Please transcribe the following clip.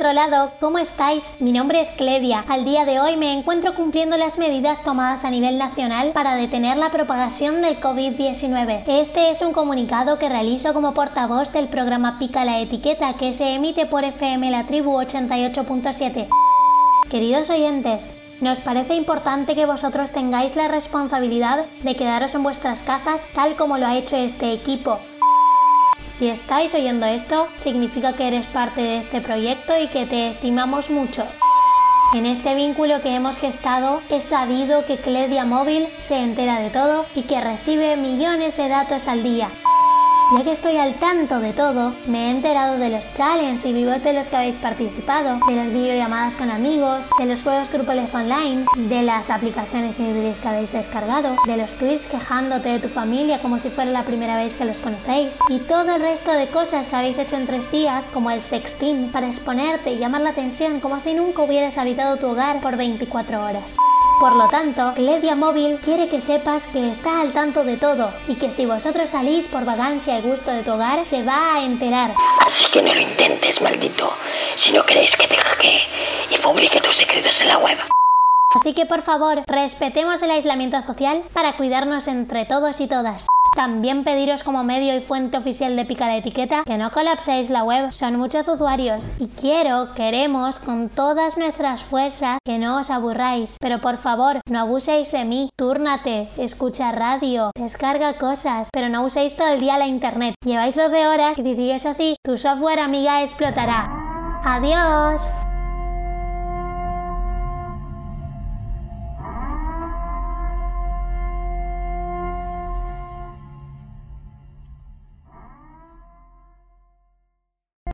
otro lado, ¿cómo estáis? Mi nombre es Cledia. Al día de hoy me encuentro cumpliendo las medidas tomadas a nivel nacional para detener la propagación del COVID-19. Este es un comunicado que realizo como portavoz del programa Pica la Etiqueta, que se emite por FM La Tribu 88.7. Queridos oyentes, nos parece importante que vosotros tengáis la responsabilidad de quedaros en vuestras casas tal como lo ha hecho este equipo. Si estáis oyendo esto, significa que eres parte de este proyecto y que te estimamos mucho. En este vínculo que hemos gestado, es sabido que Cledia Móvil se entera de todo y que recibe millones de datos al día. Ya que estoy al tanto de todo, me he enterado de los challenges y vivos de los que habéis participado, de las videollamadas con amigos, de los juegos grupales online, de las aplicaciones individuales que habéis descargado, de los tweets quejándote de tu familia como si fuera la primera vez que los conocéis, y todo el resto de cosas que habéis hecho en 3 días, como el sexting, para exponerte y llamar la atención como si nunca hubieras habitado tu hogar por 24 horas. Por lo tanto, Cledia Móvil quiere que sepas que está al tanto de todo y que si vosotros salís por vagancia y gusto de tu hogar, se va a enterar. Así que no lo intentes, maldito, si no queréis que te hackee y publique tus secretos en la web. Así que por favor, respetemos el aislamiento social para cuidarnos entre todos y todas. También pediros como medio y fuente oficial de Pica la Etiqueta que no colapséis la web, son muchos usuarios y queremos con todas nuestras fuerzas que no os aburráis, pero por favor no abuséis de mí, túrnate, escucha radio, descarga cosas, pero no uséis todo el día la internet, lleváis 12 horas y si sigues así, tu software amiga explotará. ¡Adiós!